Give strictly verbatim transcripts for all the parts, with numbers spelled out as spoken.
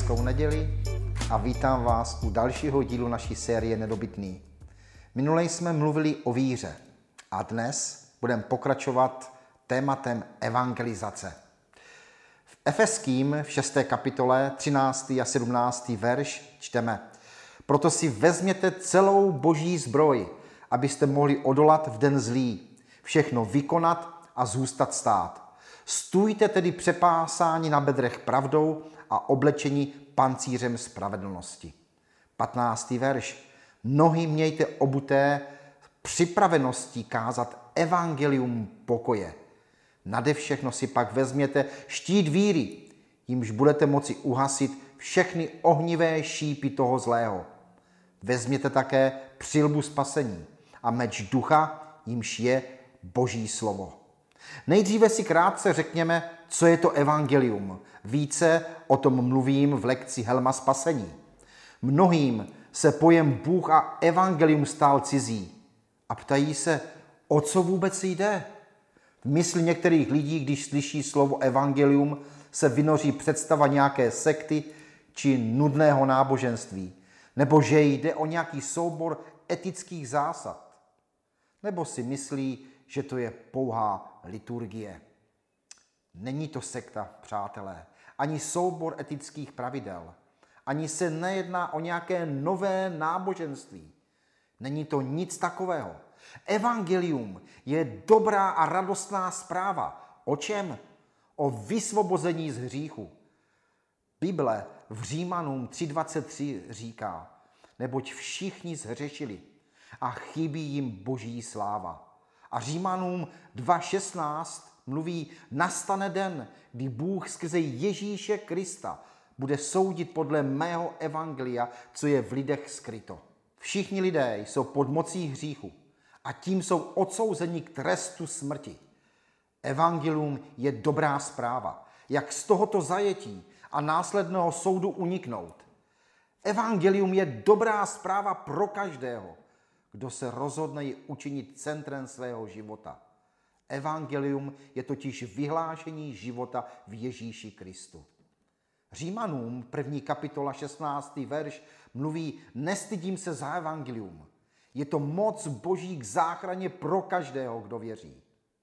hezkou neděli a vítám vás u dalšího dílu naší série Nedobytný. Minule jsme mluvili o víře a dnes budeme pokračovat tématem evangelizace. V Efeským v šesté kapitole třináctý a sedmnáctý verš čteme: Proto si vezměte celou boží zbroj, abyste mohli odolat v den zlý, všechno vykonat a zůstat stát. Stůjte tedy přepásáni na bedrech pravdou a oblečení pancířem spravedlnosti. patnáctý verš. Nohy mějte obuté připraveností kázat evangelium pokoje. Nade všechno si pak vezměte štít víry, jímž budete moci uhasit všechny ohnivé šípy toho zlého. Vezměte také přilbu spasení a meč ducha, jímž je Boží slovo. Nejdříve si krátce řekněme, co je to evangelium. Více o tom mluvím v lekci Helma spasení. Mnohým se pojem Bůh a evangelium stál cizí a ptají se, o co vůbec jde. V mysli některých lidí, když slyší slovo evangelium, se vynoří představa nějaké sekty či nudného náboženství, nebo že jde o nějaký soubor etických zásad, nebo si myslí, že to je pouhá liturgie. Není to sekta, přátelé, ani soubor etických pravidel, ani se nejedná o nějaké nové náboženství. Není to nic takového. Evangelium je dobrá a radostná zpráva. O čem? O vysvobození z hříchu. Bible v Římanům tři dvacet tři říká: Neboť všichni zhřešili a chybí jim boží sláva. A Římanům dva šestnáct mluví: Nastane den, kdy Bůh skrze Ježíše Krista bude soudit podle mého evangelia, co je v lidech skryto. Všichni lidé jsou pod mocí hříchu a tím jsou odsouzeni k trestu smrti. Evangelium je dobrá zpráva, jak z tohoto zajetí a následného soudu uniknout. Evangelium je dobrá zpráva pro každého, kdo se rozhodne ji učinit centrem svého života. Evangelium je totiž vyhlášení života v Ježíši Kristu. Římanům první kapitola šestnáctý verš mluví: Nestydím se za evangelium. Je to moc Boží k záchraně pro každého, kdo věří.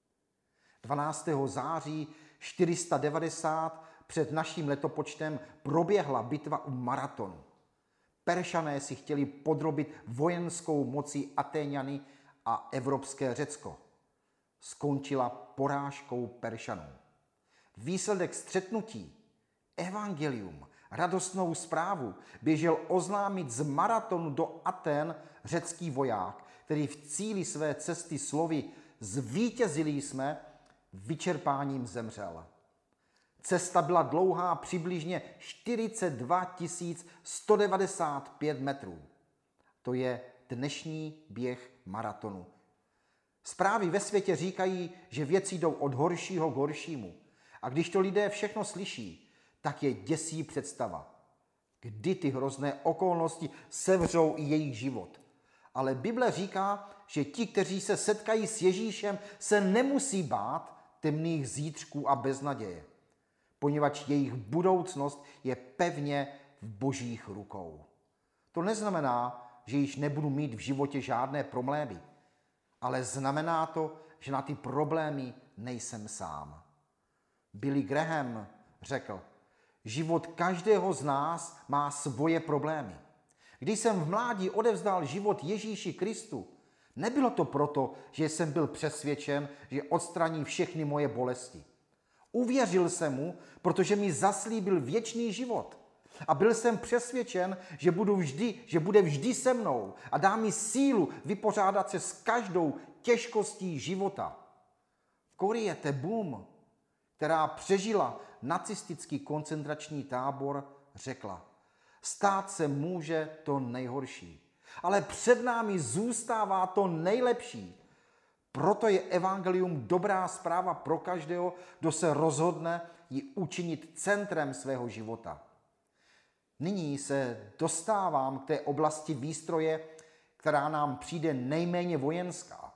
dvanáctého září čtyři sta devadesát před naším letopočtem proběhla bitva u Maratonu. Peršané si chtěli podrobit vojenskou mocí Atéňany a evropské Řecko. Skončila porážkou Peršanů. Výsledek střetnutí, evangelium, radostnou zprávu, běžel oznámit z Maratonu do Aten řecký voják, který v cíli své cesty slovy zvítězili jsme, vyčerpáním zemřel. Cesta byla dlouhá přibližně čtyřicet dva tisíc sto devadesát pět metrů. To je dnešní běh maratonu. Zprávy ve světě říkají, že věci jdou od horšího k horšímu. A když to lidé všechno slyší, tak je děsí představa, kdy ty hrozné okolnosti sevřou i jejich život. Ale Bible říká, že ti, kteří se setkají s Ježíšem, se nemusí bát temných zítřků a beznaděje, poněvadž jejich budoucnost je pevně v Božích rukou. To neznamená, že již nebudu mít v životě žádné problémy, ale znamená to, že na ty problémy nejsem sám. Billy Graham řekl: Život každého z nás má svoje problémy. Když jsem v mládí odevzdal život Ježíši Kristu, nebylo to proto, že jsem byl přesvědčen, že odstraní všechny moje bolesti. Uvěřil jsem mu, protože mi zaslíbil věčný život. A byl jsem přesvědčen, že, budu vždy, že bude vždy se mnou a dá mi sílu vypořádat se s každou těžkostí života. Corrie ten Boom, která přežila nacistický koncentrační tábor, řekla: Stát se může to nejhorší, ale před námi zůstává to nejlepší. Proto je evangelium dobrá zpráva pro každého, kdo se rozhodne ji učinit centrem svého života. Nyní se dostávám k té oblasti výstroje, která nám přijde nejméně vojenská.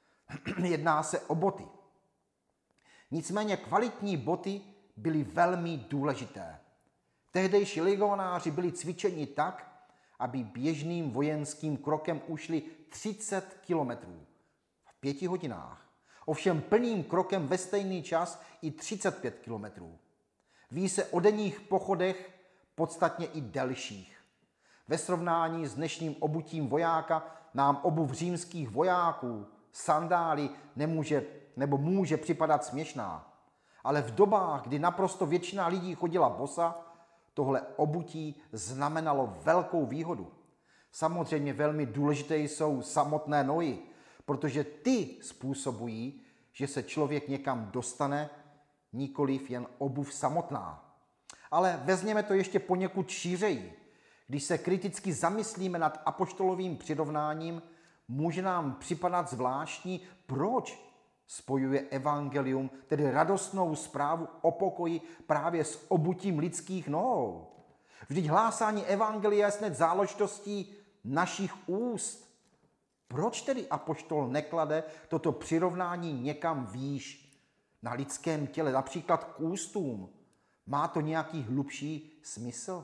Jedná se o boty. Nicméně kvalitní boty byly velmi důležité. Tehdejší legionáři byli cvičeni tak, aby běžným vojenským krokem ušli třicet kilometrů v pěti hodinách. Ovšem plným krokem ve stejný čas i třicet pět kilometrů. Ví se o denních pochodech, podstatně i delších. Ve srovnání s dnešním obutím vojáka nám obuv římských vojáků, sandály, nemůže nebo může připadat směšná. Ale v dobách, kdy naprosto většina lidí chodila bosa, tohle obutí znamenalo velkou výhodu. Samozřejmě velmi důležité jsou samotné nohy, protože ty způsobují, že se člověk někam dostane, nikoliv jen obuv samotná. Ale vezměme to ještě poněkud šířeji. Když se kriticky zamyslíme nad apoštolovým přirovnáním, může nám připadat zvláštní, proč spojuje evangelium, tedy radostnou zprávu o pokoji, právě s obutím lidských nohou. Vždyť hlásání evangelia je snad záležitostí našich úst. Proč tedy apoštol neklade toto přirovnání někam výš, na lidském těle, například k ústům? Má to nějaký hlubší smysl?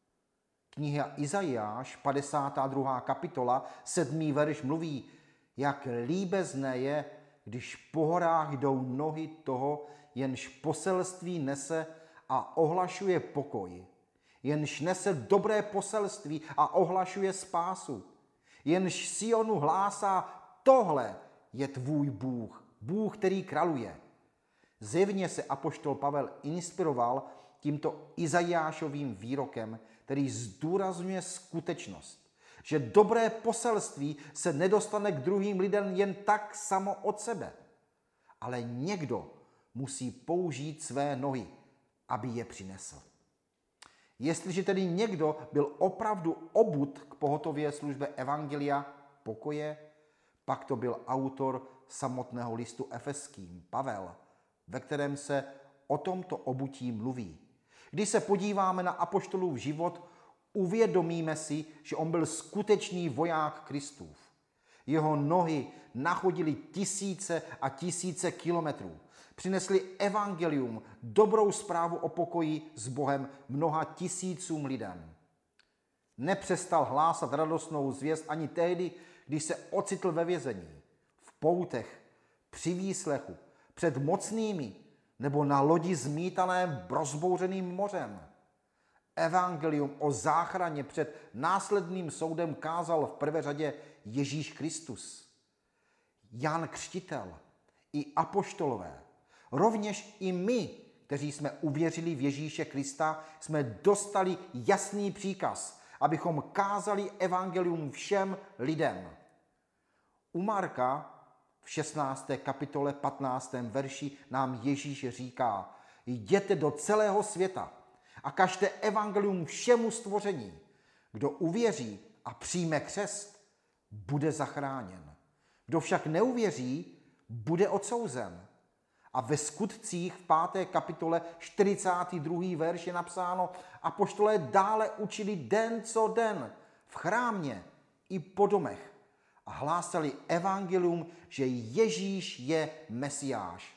Kniha Izajáš, padesátá druhá kapitola, sedmý verš mluví, jak líbezné je, když po horách jdou nohy toho, jenž poselství nese a ohlašuje pokoj, jenž nese dobré poselství a ohlašuje spásu, jenž Sionu hlásá, tohle je tvůj Bůh, Bůh, který králuje. Zjevně se apoštol Pavel inspiroval tímto Izajášovým výrokem, který zdůrazňuje skutečnost, že dobré poselství se nedostane k druhým lidem jen tak samo od sebe, ale někdo musí použít své nohy, aby je přinesl. Jestliže tedy někdo byl opravdu obut k pohotově službě evangelia pokoje, pak to byl autor samotného listu Efeským, Pavel, ve kterém se o tomto obutí mluví. Když se podíváme na apoštolův život, uvědomíme si, že on byl skutečný voják Kristův. Jeho nohy nachodily tisíce a tisíce kilometrů. Přinesli evangelium, dobrou zprávu o pokoji s Bohem mnoha tisícům lidem. Nepřestal hlásat radostnou zvěst ani tehdy, když se ocitl ve vězení, v poutech, při výslechu, před mocnými nebo na lodi zmítaném rozbouřeným mořem. Evangelium o záchraně před následným soudem kázal v prvé řadě Ježíš Kristus. Jan Křtitel i apoštolové, rovněž i my, kteří jsme uvěřili v Ježíše Krista, jsme dostali jasný příkaz, abychom kázali evangelium všem lidem. U Marka v šestnácté kapitole patnáctém verši nám Ježíš říká, jděte do celého světa a kažte evangelium všemu stvoření. Kdo uvěří a přijme křest, bude zachráněn. Kdo však neuvěří, bude odsouzen. A ve Skutcích v páté kapitole čtyřicátý druhý verš je napsáno, apoštolé dále učili den co den v chrámě i po domech a hlásali evangelium, že Ježíš je Mesiáš.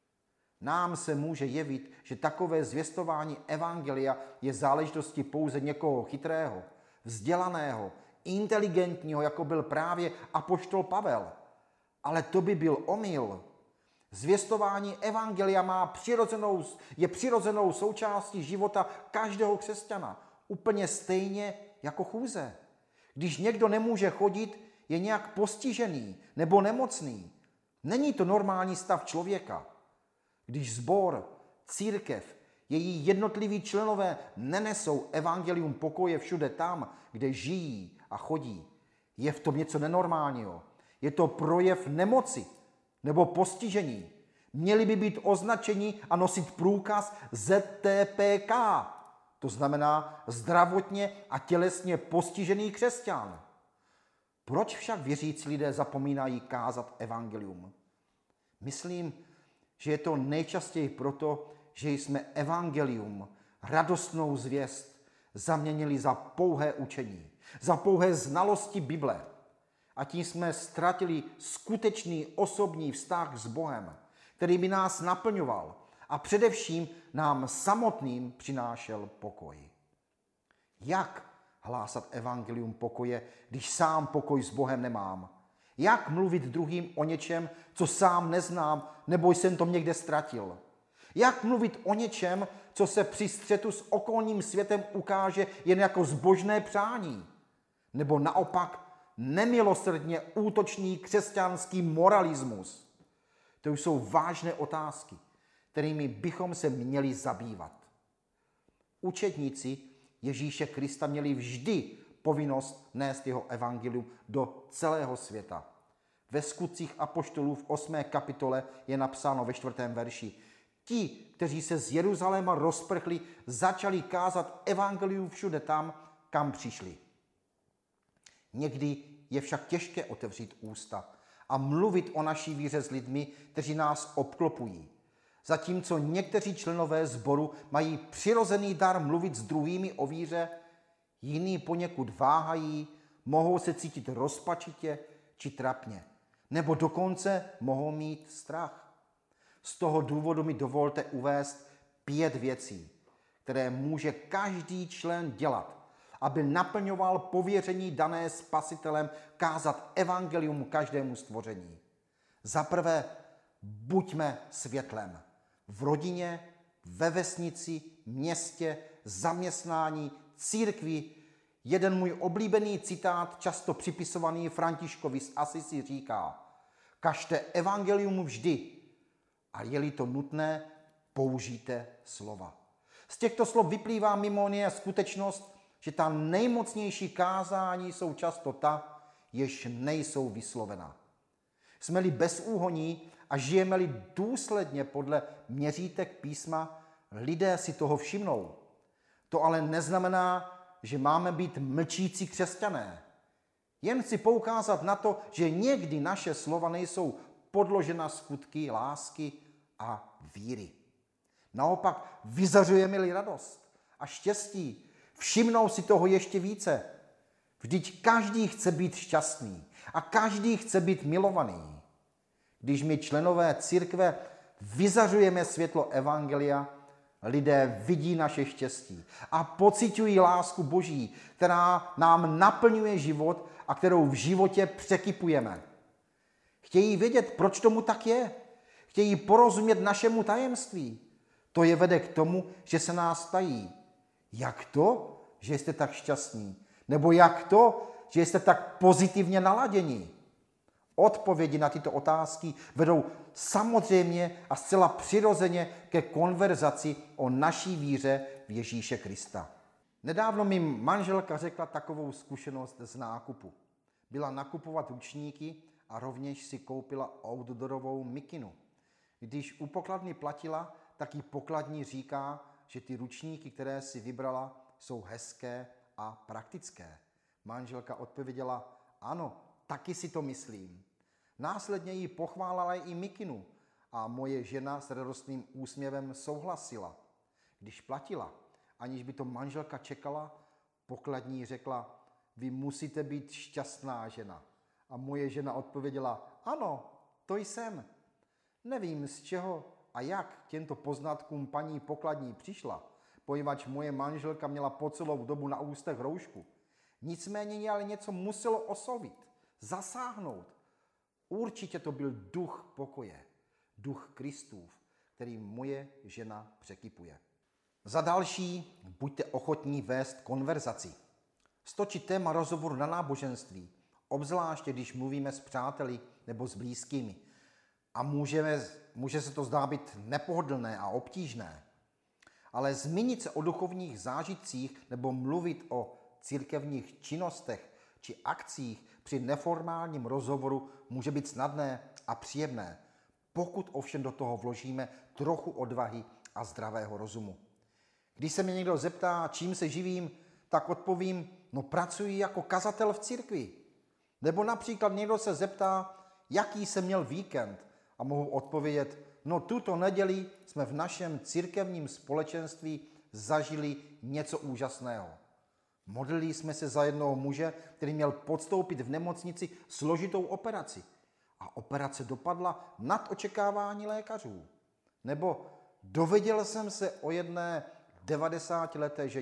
Nám se může jevit, že takové zvěstování evangelia je záležitostí pouze někoho chytrého, vzdělaného, inteligentního, jako byl právě apoštol Pavel. Ale to by byl omyl. Zvěstování evangelia má přirozenou, je přirozenou součástí života každého křesťana, úplně stejně jako chůze. Když někdo nemůže chodit, je nějak postižený nebo nemocný. Není to normální stav člověka. Když sbor, církev, její jednotliví členové nenesou evangelium pokoje všude tam, kde žijí a chodí, je v tom něco nenormálního. Je to projev nemoci nebo postižení. Měli by být označeni a nosit průkaz Z T P K, to znamená zdravotně a tělesně postižený křesťan. Proč však věřící lidé zapomínají kázat evangelium? Myslím, že je to nejčastěji proto, že jsme evangelium, radostnou zvěst, zaměnili za pouhé učení, za pouhé znalosti Bible. A tím jsme ztratili skutečný osobní vztah s Bohem, který by nás naplňoval a především nám samotným přinášel pokoj. Jak hlásat evangelium pokoje, když sám pokoj s Bohem nemám? Jak mluvit druhým o něčem, co sám neznám, nebo jsem to někde ztratil? Jak mluvit o něčem, co se při střetu s okolním světem ukáže jen jako zbožné přání? Nebo naopak nemilosrdně útočný křesťanský moralismus? To jsou vážné otázky, kterými bychom se měli zabývat. Učedníci Ježíše Krista měli vždy povinnost nést jeho evangelium do celého světa. Ve Skutcích apoštolů v osmé kapitole je napsáno ve čtvrtém verši: Ti, kteří se z Jeruzaléma rozprchli, začali kázat evangelium všude tam, kam přišli. Někdy je však těžké otevřít ústa a mluvit o naší víře s lidmi, kteří nás obklopují. Zatímco někteří členové sboru mají přirozený dar mluvit s druhými o víře, jiní poněkud váhají, mohou se cítit rozpačitě či trapně, nebo dokonce mohou mít strach. Z toho důvodu mi dovolte uvést pět věcí, které může každý člen dělat, aby naplňoval pověření dané Spasitelem kázat evangelium každému stvoření. Za prvé, buďme světlem. V rodině, ve vesnici, městě, zaměstnání, církvi. Jeden můj oblíbený citát, často připisovaný Františkovi z Asisi, říká: Kažte evangelium vždy, a je-li to nutné, použijte slova. Z těchto slov vyplývá mimo jiné skutečnost, že ta nejmocnější kázání jsou často ta, jež nejsou vyslovena. Jsme-li bezúhonní a žijeme-li důsledně podle měřítek písma, lidé si toho všimnou. To ale neznamená, že máme být mlčící křesťané. Jen chci poukázat na to, že někdy naše slova nejsou podložena skutky lásky a víry. Naopak vyzařujeme-li radost a štěstí, všimnou si toho ještě více. Vždyť každý chce být šťastný a každý chce být milovaný. Když my členové církve vyzařujeme světlo evangelia, lidé vidí naše štěstí a pociťují lásku Boží, která nám naplňuje život a kterou v životě překypujeme. Chtějí vědět, proč tomu tak je. Chtějí porozumět našemu tajemství. To je vede k tomu, že se nás ptají: jak to, že jste tak šťastní? Nebo jak to, že jste tak pozitivně naladění? Odpovědi na tyto otázky vedou samozřejmě a zcela přirozeně ke konverzaci o naší víře v Ježíše Krista. Nedávno mi manželka řekla takovou zkušenost z nákupu. Byla nakupovat ručníky a rovněž si koupila outdoorovou mikinu. Když u pokladny platila, tak jí pokladní říká, že ty ručníky, které si vybrala, jsou hezké a praktické. Manželka odpověděla: ano, taky si to myslím. Následně jí pochválila i mikinu a moje žena s radostným úsměvem souhlasila. Když platila, aniž by to manželka čekala, pokladní řekla: vy musíte být šťastná žena. A moje žena odpověděla: ano, to jsem. Nevím, z čeho a jak k těmto poznatkům paní pokladní přišla, poněvadž moje manželka měla po celou dobu na ústech roušku. Nicméně jí ale něco muselo oslovit, zasáhnout. Určitě to byl duch pokoje, duch Kristův, který moje žena překypuje. Za další, buďte ochotní vést konverzaci. Stočit téma rozhovoru na náboženství, obzvláště když mluvíme s přáteli nebo s blízkými. A můžeme, může se to zdát být nepohodlné a obtížné. Ale zmínit se o duchovních zážitcích nebo mluvit o církevních činnostech či akcích při neformálním rozhovoru může být snadné a příjemné, pokud ovšem do toho vložíme trochu odvahy a zdravého rozumu. Když se mě někdo zeptá, čím se živím, tak odpovím: no pracuji jako kazatel v církvi. Nebo například někdo se zeptá, jaký jsem měl víkend, a mohu odpovědět: no tuto neděli jsme v našem církevním společenství zažili něco úžasného. Modlili jsme se za jednoho muže, který měl podstoupit v nemocnici složitou operaci. A operace dopadla nad očekávání lékařů. Nebo dověděl jsem se o jedné devadesátileté ženě,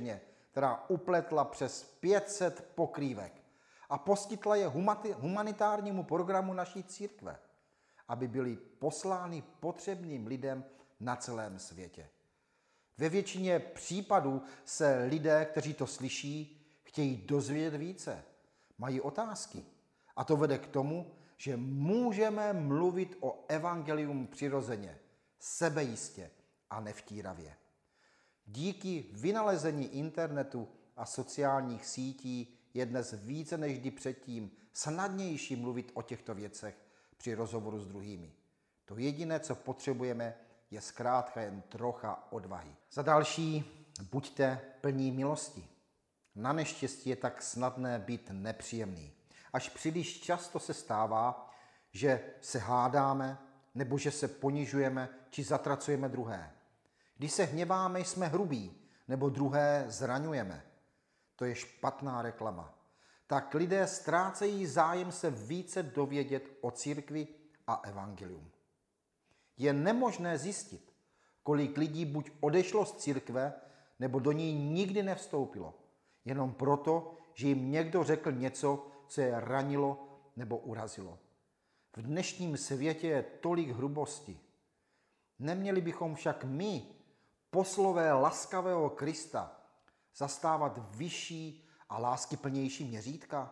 která upletla přes pět set pokrývek a poskytla je humanitárnímu programu naší církve, aby byly poslány potřebným lidem na celém světě. Ve většině případů se lidé, kteří to slyší, chtějí dozvědět více, mají otázky. A to vede k tomu, že můžeme mluvit o evangelium přirozeně, sebejistě a nevtíravě. Díky vynalezení internetu a sociálních sítí je dnes více než kdy předtím snadnější mluvit o těchto věcech při rozhovoru s druhými. To jediné, co potřebujeme, je zkrátka jen trocha odvahy. Za další, buďte plní milosti. Na neštěstí je tak snadné být nepříjemný. Až příliš často se stává, že se hádáme, nebo že se ponižujeme, či zatracujeme druhé. Když se hněváme, jsme hrubí, nebo druhé zraňujeme. To je špatná reklama. Tak lidé ztrácejí zájem se více dovědět o církvi a evangelium. Je nemožné zjistit, kolik lidí buď odešlo z církve, nebo do ní nikdy nevstoupilo, jenom proto, že jim někdo řekl něco, co je ranilo nebo urazilo. V dnešním světě je tolik hrubosti. Neměli bychom však my, poslové laskavého Krista, zastávat vyšší a láskyplnější měřítka?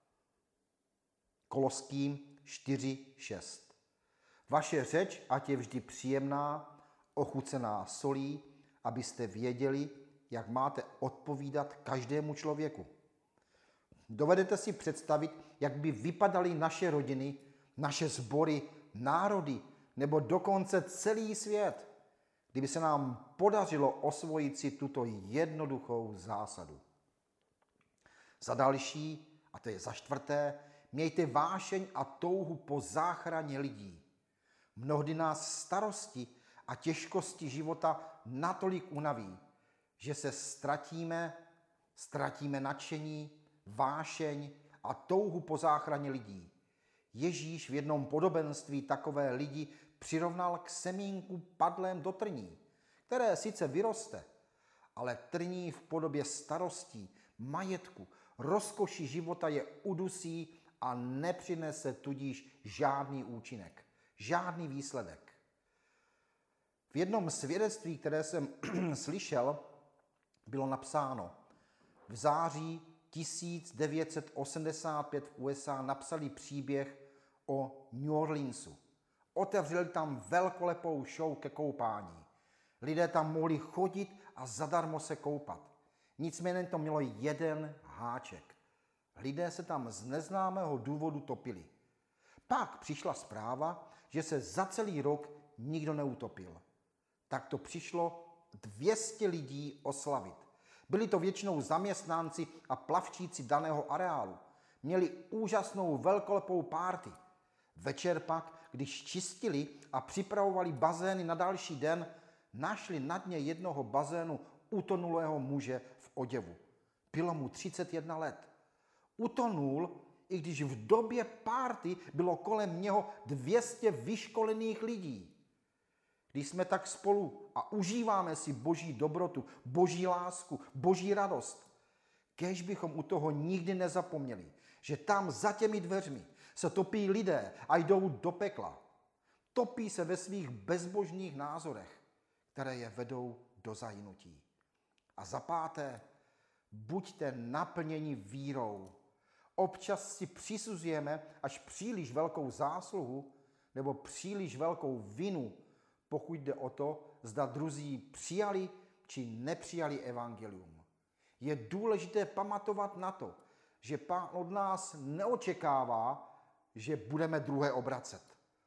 Koloským čtyři šest. Vaše řeč ať je vždy příjemná, ochucená solí, abyste věděli, jak máte odpovídat každému člověku. Dovedete si představit, jak by vypadaly naše rodiny, naše sbory, národy nebo dokonce celý svět, kdyby se nám podařilo osvojit si tuto jednoduchou zásadu. Za další, a to je za čtvrté, mějte vášeň a touhu po záchraně lidí. Mnohdy nás starosti a těžkosti života natolik unaví, že se ztratíme, ztratíme nadšení, vášeň a touhu po záchraně lidí. Ježíš v jednom podobenství takové lidi přirovnal k semínku padlém do trní, které sice vyroste, ale trní v podobě starostí, majetku, rozkoši života je udusí a nepřinese tudíž žádný účinek, žádný výsledek. V jednom svědectví, které jsem slyšel, bylo napsáno: v září tisíc devět set osmdesát pět v U S A napsali příběh o New Orleansu. Otevřeli tam velkolepou show ke koupání. Lidé tam mohli chodit a zadarmo se koupat. Nicméně to mělo jeden háček. Lidé se tam z neznámého důvodu topili. Pak přišla zpráva, že se za celý rok nikdo neutopil. Tak to přišlo dvě stě lidí oslavit. Byli to většinou zaměstnanci a plavčíci daného areálu. Měli úžasnou velkolepou párty. Večer pak, když čistili a připravovali bazény na další den, našli na dně jednoho bazénu utonulého muže v oděvu. Bylo mu třicet jedna let. Utonul, i když v době párty bylo kolem něho dvě stě vyškolených lidí. Když jsme tak spolu a užíváme si boží dobrotu, boží lásku, boží radost, kéž bychom u toho nikdy nezapomněli, že tam za těmi dveřmi se topí lidé a jdou do pekla. Topí se ve svých bezbožných názorech, které je vedou do zahynutí. A za páté, buďte naplněni vírou. Občas si přisuzujeme až příliš velkou zásluhu nebo příliš velkou vinu, pokud jde o to, zda druzí přijali či nepřijali evangelium. Je důležité pamatovat na to, že Pán od nás neočekává, že budeme druhé obracet.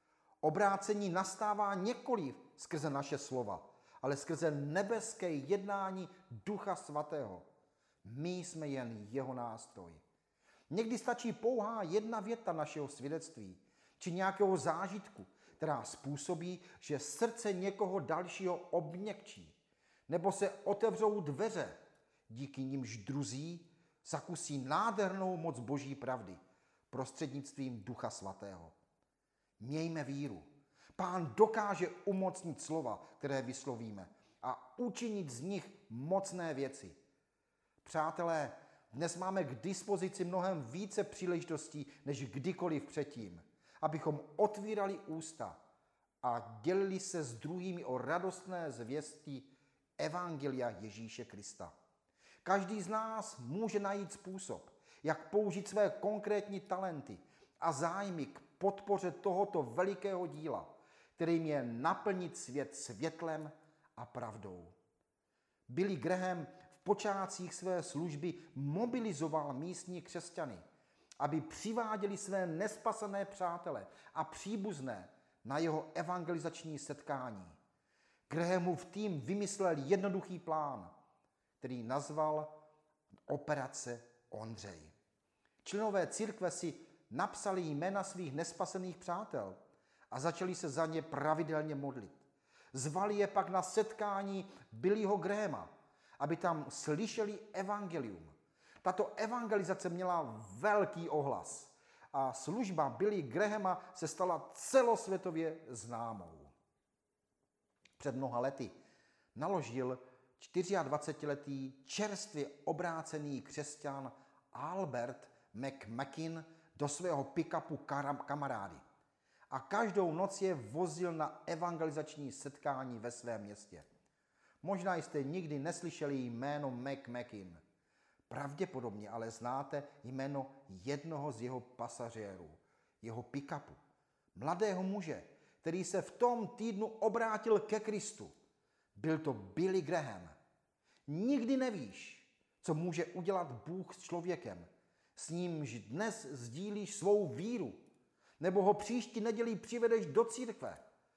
Obrácení nastává nikoliv skrze naše slova, ale skrze nebeské jednání Ducha Svatého. My jsme jen jeho nástroj. Někdy stačí pouhá jedna věta našeho svědectví či nějakého zážitku, která způsobí, že srdce někoho dalšího obměkčí, nebo se otevřou dveře, díky nimž druzí zakusí nádhernou moc Boží pravdy prostřednictvím Ducha Svatého. Mějme víru. Pán dokáže umocnit slova, které vyslovíme, a učinit z nich mocné věci. Přátelé, dnes máme k dispozici mnohem více příležitostí než kdykoliv předtím, abychom otvírali ústa a dělili se s druhými o radostné zvěsti Evangelia Ježíše Krista. Každý z nás může najít způsob, jak použít své konkrétní talenty a zájmy k podpoře tohoto velikého díla, kterým je naplnit svět světlem a pravdou. Billy Graham v počátcích své služby mobilizoval místní křesťany, aby přiváděli své nespasené přátele a příbuzné na jeho evangelizační setkání. Grahamův tým vymyslel jednoduchý plán, který nazval Operace Ondřej. Členové církve si napsali jména svých nespasených přátel a začali se za ně pravidelně modlit. Zvali je pak na setkání Billyho Grahama, aby tam slyšeli evangelium. Tato evangelizace měla velký ohlas a služba Billy Grahama se stala celosvětově známou. Před mnoha lety naložil dvacetičtyřletý čerstvě obrácený křesťan Albert McMakin do svého pick-upu kamarády a každou noc je vozil na evangelizační setkání ve svém městě. Možná jste nikdy neslyšeli jméno McMakin. Pravděpodobně ale znáte jméno jednoho z jeho pasažérů, jeho pick-upu. Mladého muže, který se v tom týdnu obrátil ke Kristu. Byl to Billy Graham. Nikdy nevíš, co může udělat Bůh s člověkem, s nímž dnes sdílíš svou víru, nebo ho příští neděli přivedeš do církve.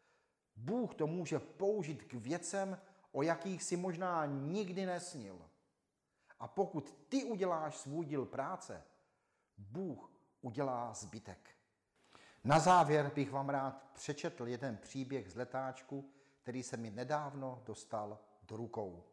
Bůh to může použít k věcem, o jakých si možná nikdy nesnil. A pokud ty uděláš svůj díl práce, Bůh udělá zbytek. Na závěr bych vám rád přečetl jeden příběh z letáčku, který se mi nedávno dostal do rukou.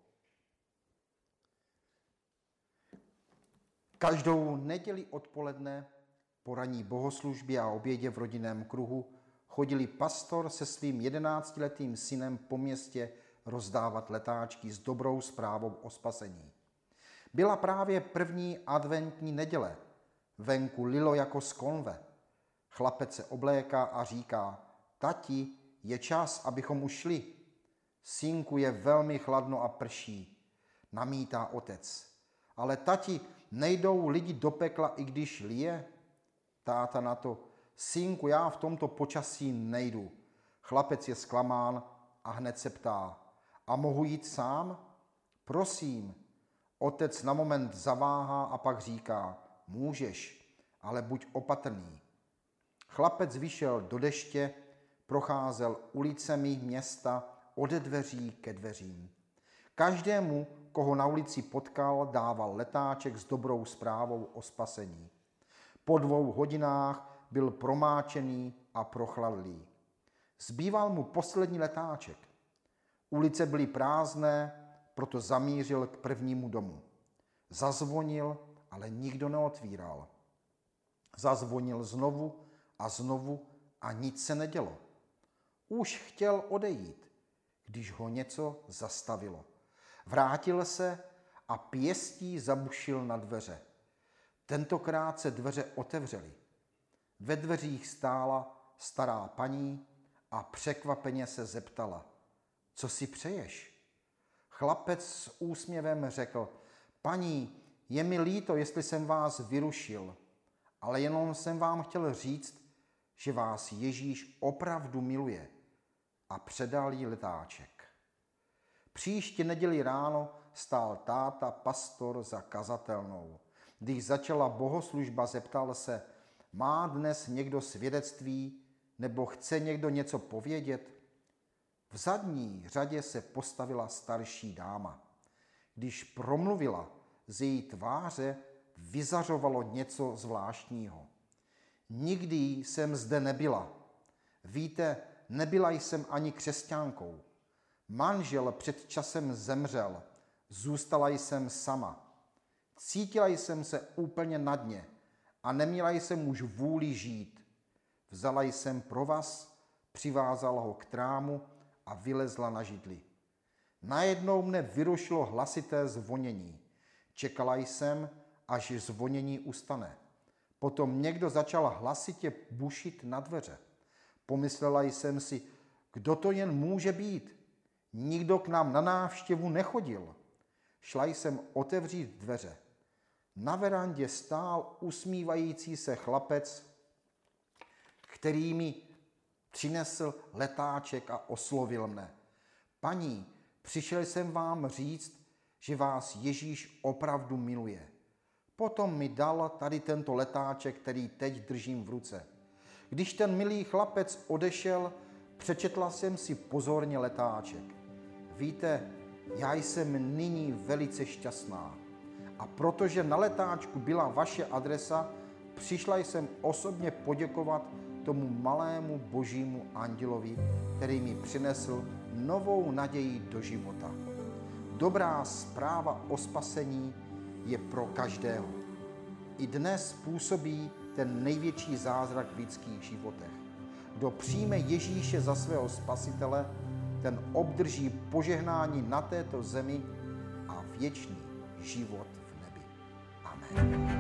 Každou neděli odpoledne po ranní bohoslužbě a obědě v rodinném kruhu chodili pastor se svým jedenáctiletým synem po městě rozdávat letáčky s dobrou zprávou o spasení. Byla právě první adventní neděle. Venku lilo jako z konve. Chlapec se obléká a říká: tati, je čas, abychom už šli. Synku, je velmi chladno a prší, namítá otec. Ale tati, nejdou lidi do pekla, i když lije? Táta na to: synku, já v tomto počasí nejdu. Chlapec je zklamán a hned se ptá: a mohu jít sám? Prosím. Otec na moment zaváhá a pak říká: můžeš, ale buď opatrný. Chlapec vyšel do deště, procházel ulicemi města od dveří ke dveřím. Každému, koho na ulici potkal, dával letáček s dobrou zprávou o spasení. Po dvou hodinách byl promáčený a prochladlý. Zbýval mu poslední letáček. Ulice byly prázdné, proto zamířil k prvnímu domu. Zazvonil, ale nikdo neotvíral. Zazvonil znovu a znovu a nic se nedělo. Už chtěl odejít, když ho něco zastavilo. Vrátil se a pěstí zabušil na dveře. Tentokrát se dveře otevřely. Ve dveřích stála stará paní a překvapeně se zeptala: co si přeješ? Chlapec s úsměvem řekl: paní, je mi líto, jestli jsem vás vyrušil, ale jenom jsem vám chtěl říct, že vás Ježíš opravdu miluje, a předal jí letáček. Příští neděli ráno stál táta pastor za kazatelnou. Když začala bohoslužba, zeptal se: má dnes někdo svědectví nebo chce někdo něco povědět? V zadní řadě se postavila starší dáma. Když promluvila, z její tváře vyzařovalo něco zvláštního. Nikdy jsem zde nebyla. Víte, nebyla jsem ani křesťankou. Manžel před časem zemřel, zůstala jsem sama. Cítila jsem se úplně na dně a neměla jsem už vůli žít. Vzala jsem provaz, přivázala ho k trámu a vylezla na židli. Najednou mne vyrušilo hlasité zvonění. Čekala jsem, až zvonění ustane. Potom někdo začal hlasitě bušit na dveře. Pomyslela jsem si, kdo to jen může být. Nikdo k nám na návštěvu nechodil. Šla jsem otevřít dveře. Na verandě stál usmívající se chlapec, který mi přinesl letáček a oslovil mne. Paní, přišel jsem vám říct, že vás Ježíš opravdu miluje. Potom mi dal tady tento letáček, který teď držím v ruce. Když ten milý chlapec odešel, přečetla jsem si pozorně letáček. Víte, já jsem nyní velice šťastná. A protože na letáčku byla vaše adresa, přišla jsem osobně poděkovat tomu malému božímu andělovi, který mi přinesl novou naději do života. Dobrá zpráva o spasení je pro každého. I dnes působí ten největší zázrak v lidských životech. Kdo přijme Ježíše za svého spasitele, ten obdrží požehnání na této zemi a věčný život v nebi. Amen.